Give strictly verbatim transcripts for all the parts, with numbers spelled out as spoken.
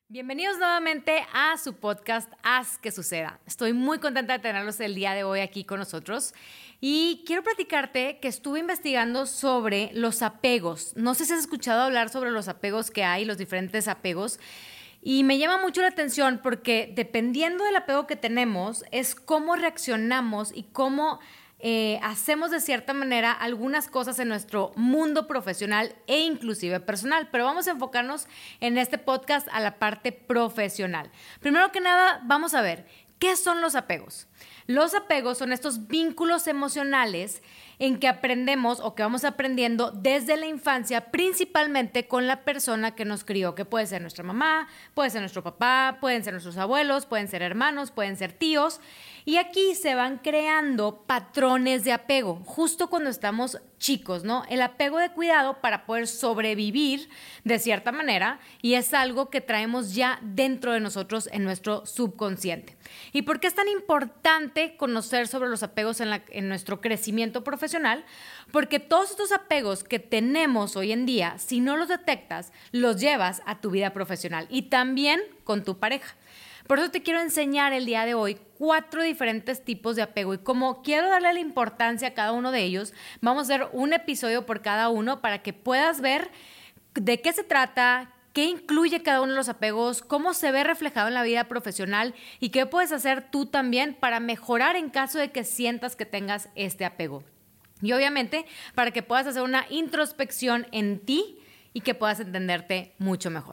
Bienvenidos nuevamente a su podcast Haz que suceda. Estoy muy contenta de tenerlos el día de hoy aquí con nosotros y quiero platicarte que estuve investigando sobre los apegos. No sé si has escuchado hablar sobre los apegos que hay, los diferentes apegos, y me llama mucho la atención porque dependiendo del apego que tenemos es cómo reaccionamos y cómo Eh, hacemos de cierta manera algunas cosas en nuestro mundo profesional e inclusive personal, pero vamos a enfocarnos en este podcast a la parte profesional. Primero que nada, vamos a ver, ¿qué son los apegos? Los apegos son estos vínculos emocionales en que aprendemos o que vamos aprendiendo desde la infancia, principalmente con la persona que nos crió, que puede ser nuestra mamá, puede ser nuestro papá, pueden ser nuestros abuelos, pueden ser hermanos, pueden ser tíos. Y aquí se van creando patrones de apego, justo cuando estamos chicos, ¿no? El apego de cuidado para poder sobrevivir de cierta manera y es algo que traemos ya dentro de nosotros en nuestro subconsciente. ¿Y por qué es tan importante conocer sobre los apegos en, la, en nuestro crecimiento profesional? Porque todos estos apegos que tenemos hoy en día, si no los detectas, los llevas a tu vida profesional y también con tu pareja. Por eso te quiero enseñar el día de hoy cuatro diferentes tipos de apego y como quiero darle la importancia a cada uno de ellos, vamos a hacer un episodio por cada uno para que puedas ver de qué se trata, qué incluye cada uno de los apegos, cómo se ve reflejado en la vida profesional y qué puedes hacer tú también para mejorar en caso de que sientas que tengas este apego. Y obviamente para que puedas hacer una introspección en ti y que puedas entenderte mucho mejor.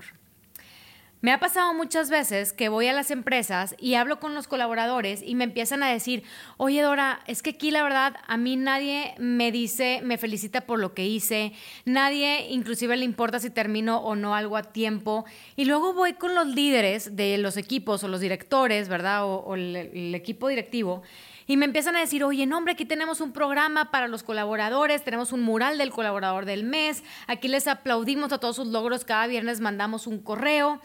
Me ha pasado muchas veces que voy a las empresas y hablo con los colaboradores y me empiezan a decir, oye Dora, es que aquí la verdad a mí nadie me dice, me felicita por lo que hice, nadie inclusive le importa si termino o no algo a tiempo. Y luego voy con los líderes de los equipos o los directores, ¿verdad? O, o el, el equipo directivo. Y me empiezan a decir, oye, no, hombre, aquí tenemos un programa para los colaboradores, tenemos un mural del colaborador del mes, aquí les aplaudimos a todos sus logros, cada viernes mandamos un correo.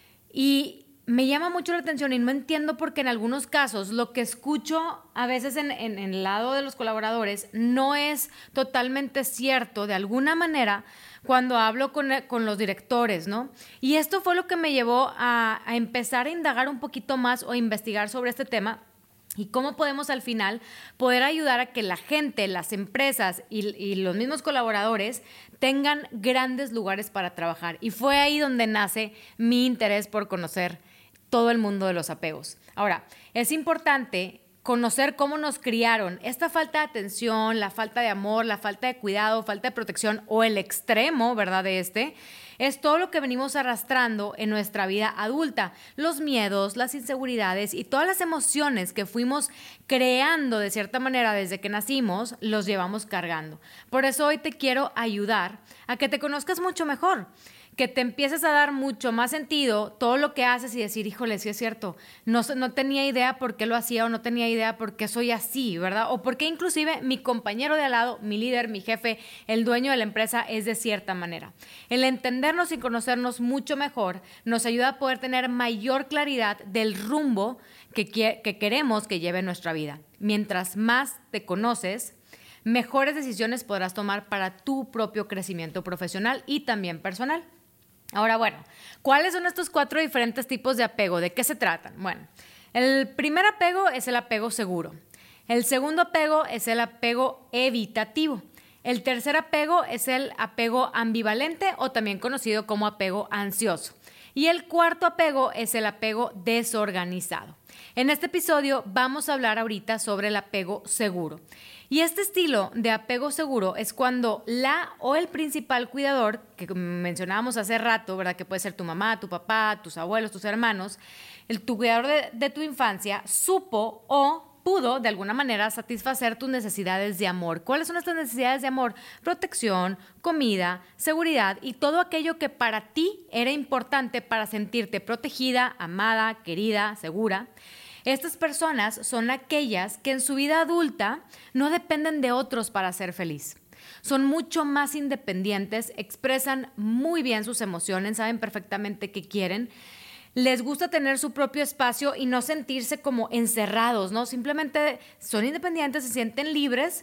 Y me llama mucho la atención y no entiendo por qué en algunos casos lo que escucho a veces en, en, en el lado de los colaboradores no es totalmente cierto de alguna manera cuando hablo con, con los directores, ¿no? Y esto fue lo que me llevó a, a empezar a indagar un poquito más o a investigar sobre este tema. Y cómo podemos al final poder ayudar a que la gente, las empresas y, y los mismos colaboradores tengan grandes lugares para trabajar. Y fue ahí donde nace mi interés por conocer todo el mundo de los apegos. Ahora, es importante conocer cómo nos criaron. Esta falta de atención, la falta de amor, la falta de cuidado, falta de protección o el extremo, ¿verdad? De este, es todo lo que venimos arrastrando en nuestra vida adulta. Los miedos, las inseguridades y todas las emociones que fuimos creando de cierta manera desde que nacimos, los llevamos cargando. Por eso hoy te quiero ayudar a que te conozcas mucho mejor, que te empieces a dar mucho más sentido todo lo que haces y decir, híjole, sí es cierto, no, no tenía idea por qué lo hacía o no tenía idea por qué soy así, ¿verdad? O por qué inclusive mi compañero de al lado, mi líder, mi jefe, el dueño de la empresa es de cierta manera. El entendernos y conocernos mucho mejor nos ayuda a poder tener mayor claridad del rumbo que, que queremos que lleve nuestra vida. Mientras más te conoces, mejores decisiones podrás tomar para tu propio crecimiento profesional y también personal. Ahora, bueno, ¿cuáles son estos cuatro diferentes tipos de apego? ¿De qué se tratan? Bueno, el primer apego es el apego seguro. El segundo apego es el apego evitativo. El tercer apego es el apego ambivalente o también conocido como apego ansioso. Y el cuarto apego es el apego desorganizado. En este episodio vamos a hablar ahorita sobre el apego seguro. Y este estilo de apego seguro es cuando la o el principal cuidador, que mencionábamos hace rato, ¿verdad? Que puede ser tu mamá, tu papá, tus abuelos, tus hermanos, el tu cuidador de, de tu infancia, supo o pudo de alguna manera satisfacer tus necesidades de amor. ¿Cuáles son estas necesidades de amor? Protección, comida, seguridad y todo aquello que para ti era importante para sentirte protegida, amada, querida, segura. Estas personas son aquellas que en su vida adulta no dependen de otros para ser feliz. Son mucho más independientes, expresan muy bien sus emociones, saben perfectamente qué quieren. Les gusta tener su propio espacio y no sentirse como encerrados, ¿no? Simplemente son independientes, se sienten libres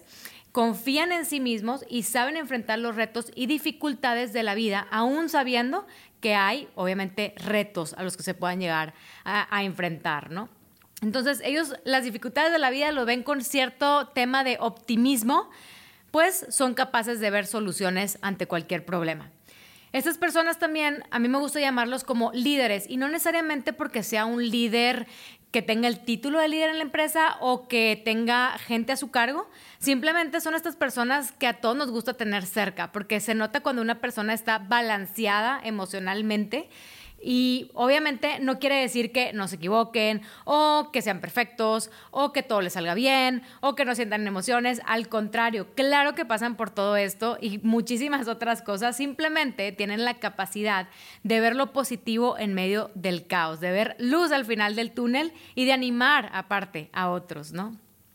confían en sí mismos y saben enfrentar los retos y dificultades de la vida, aún sabiendo que hay, obviamente, retos a los que se puedan llegar a, a enfrentar, ¿no? Entonces, ellos las dificultades de la vida lo ven con cierto tema de optimismo, pues son capaces de ver soluciones ante cualquier problema. Estas personas también, a mí me gusta llamarlos como líderes, y no necesariamente porque sea un líder que tenga el título de líder en la empresa o que tenga gente a su cargo. Simplemente son estas personas que a todos nos gusta tener cerca, porque se nota cuando una persona está balanceada emocionalmente. Y obviamente no quiere decir que no se equivoquen o que sean perfectos o que todo les salga bien o que no sientan emociones. Al contrario, claro que pasan por todo esto y muchísimas otras cosas. Simplemente tienen la capacidad de ver lo positivo en medio del caos, de ver luz al final del túnel y de animar aparte a otros, ¿no?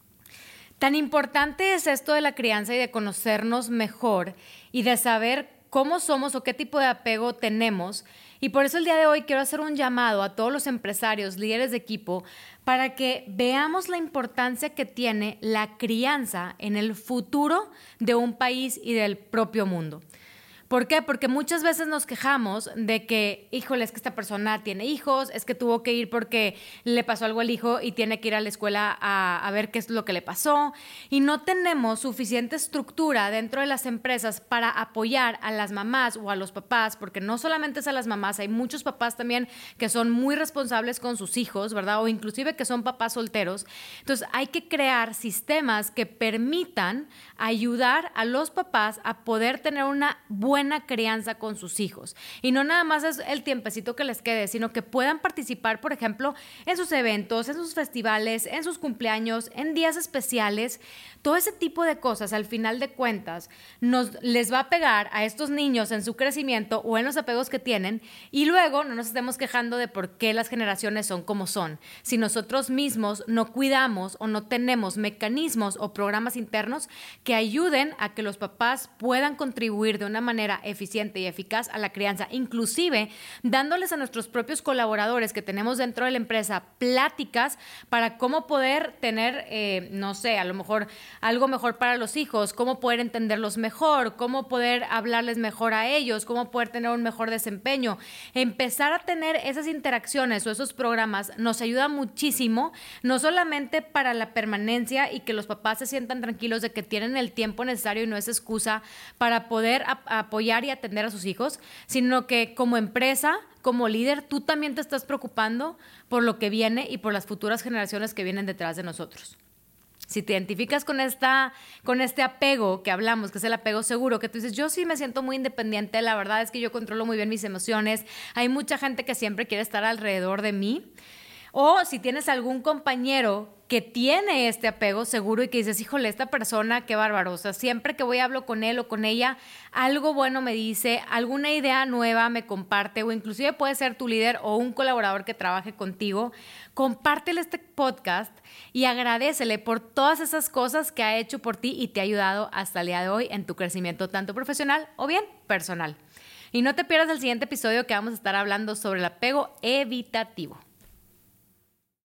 Tan importante es esto de la crianza y de conocernos mejor y de saber cómo somos o qué tipo de apego tenemos. Y por eso el día de hoy quiero hacer un llamado a todos los empresarios, líderes de equipo, para que veamos la importancia que tiene la crianza en el futuro de un país y del propio mundo. ¿Por qué? Porque muchas veces nos quejamos de que, híjole, es que esta persona tiene hijos, es que tuvo que ir porque le pasó algo al hijo y tiene que ir a la escuela a, a ver qué es lo que le pasó. Y no tenemos suficiente estructura dentro de las empresas para apoyar a las mamás o a los papás, porque no solamente es a las mamás, hay muchos papás también que son muy responsables con sus hijos, ¿verdad? O inclusive que son papás solteros. Entonces hay que crear sistemas que permitan ayudar a los papás a poder tener una buena crianza con sus hijos. Y no nada más es el tiempecito que les quede, sino que puedan participar, por ejemplo, en sus eventos, en sus festivales, en sus cumpleaños, en días especiales. Todo ese tipo de cosas, al final de cuentas, nos, les va a pegar a estos niños en su crecimiento o en los apegos que tienen, y luego no nos estemos quejando de por qué las generaciones son como son. Si nosotros mismos no cuidamos o no tenemos mecanismos o programas internos que ayuden a que los papás puedan contribuir de una manera eficiente y eficaz a la crianza, inclusive dándoles a nuestros propios colaboradores que tenemos dentro de la empresa pláticas para cómo poder tener, eh, no sé, a lo mejor algo mejor para los hijos, cómo poder entenderlos mejor, cómo poder hablarles mejor a ellos, cómo poder tener un mejor desempeño. Empezar a tener esas interacciones o esos programas nos ayuda muchísimo, no solamente para la permanencia y que los papás se sientan tranquilos de que tienen el tiempo necesario y no es excusa para poder ap- apoyar y atender a sus hijos, sino que como empresa, como líder, tú también te estás preocupando por lo que viene y por las futuras generaciones que vienen detrás de nosotros. Si te identificas con, esta, con este apego que hablamos, que es el apego seguro, que tú dices, yo sí me siento muy independiente, la verdad es que yo controlo muy bien mis emociones, hay mucha gente que siempre quiere estar alrededor de mí. O si tienes algún compañero que tiene este apego seguro y que dices, híjole, esta persona, qué bárbaro, o sea, siempre que voy a hablo con él o con ella, algo bueno me dice, alguna idea nueva me comparte, o inclusive puede ser tu líder o un colaborador que trabaje contigo, compártele este podcast y agradécele por todas esas cosas que ha hecho por ti y te ha ayudado hasta el día de hoy en tu crecimiento tanto profesional o bien personal. Y no te pierdas el siguiente episodio que vamos a estar hablando sobre el apego evitativo.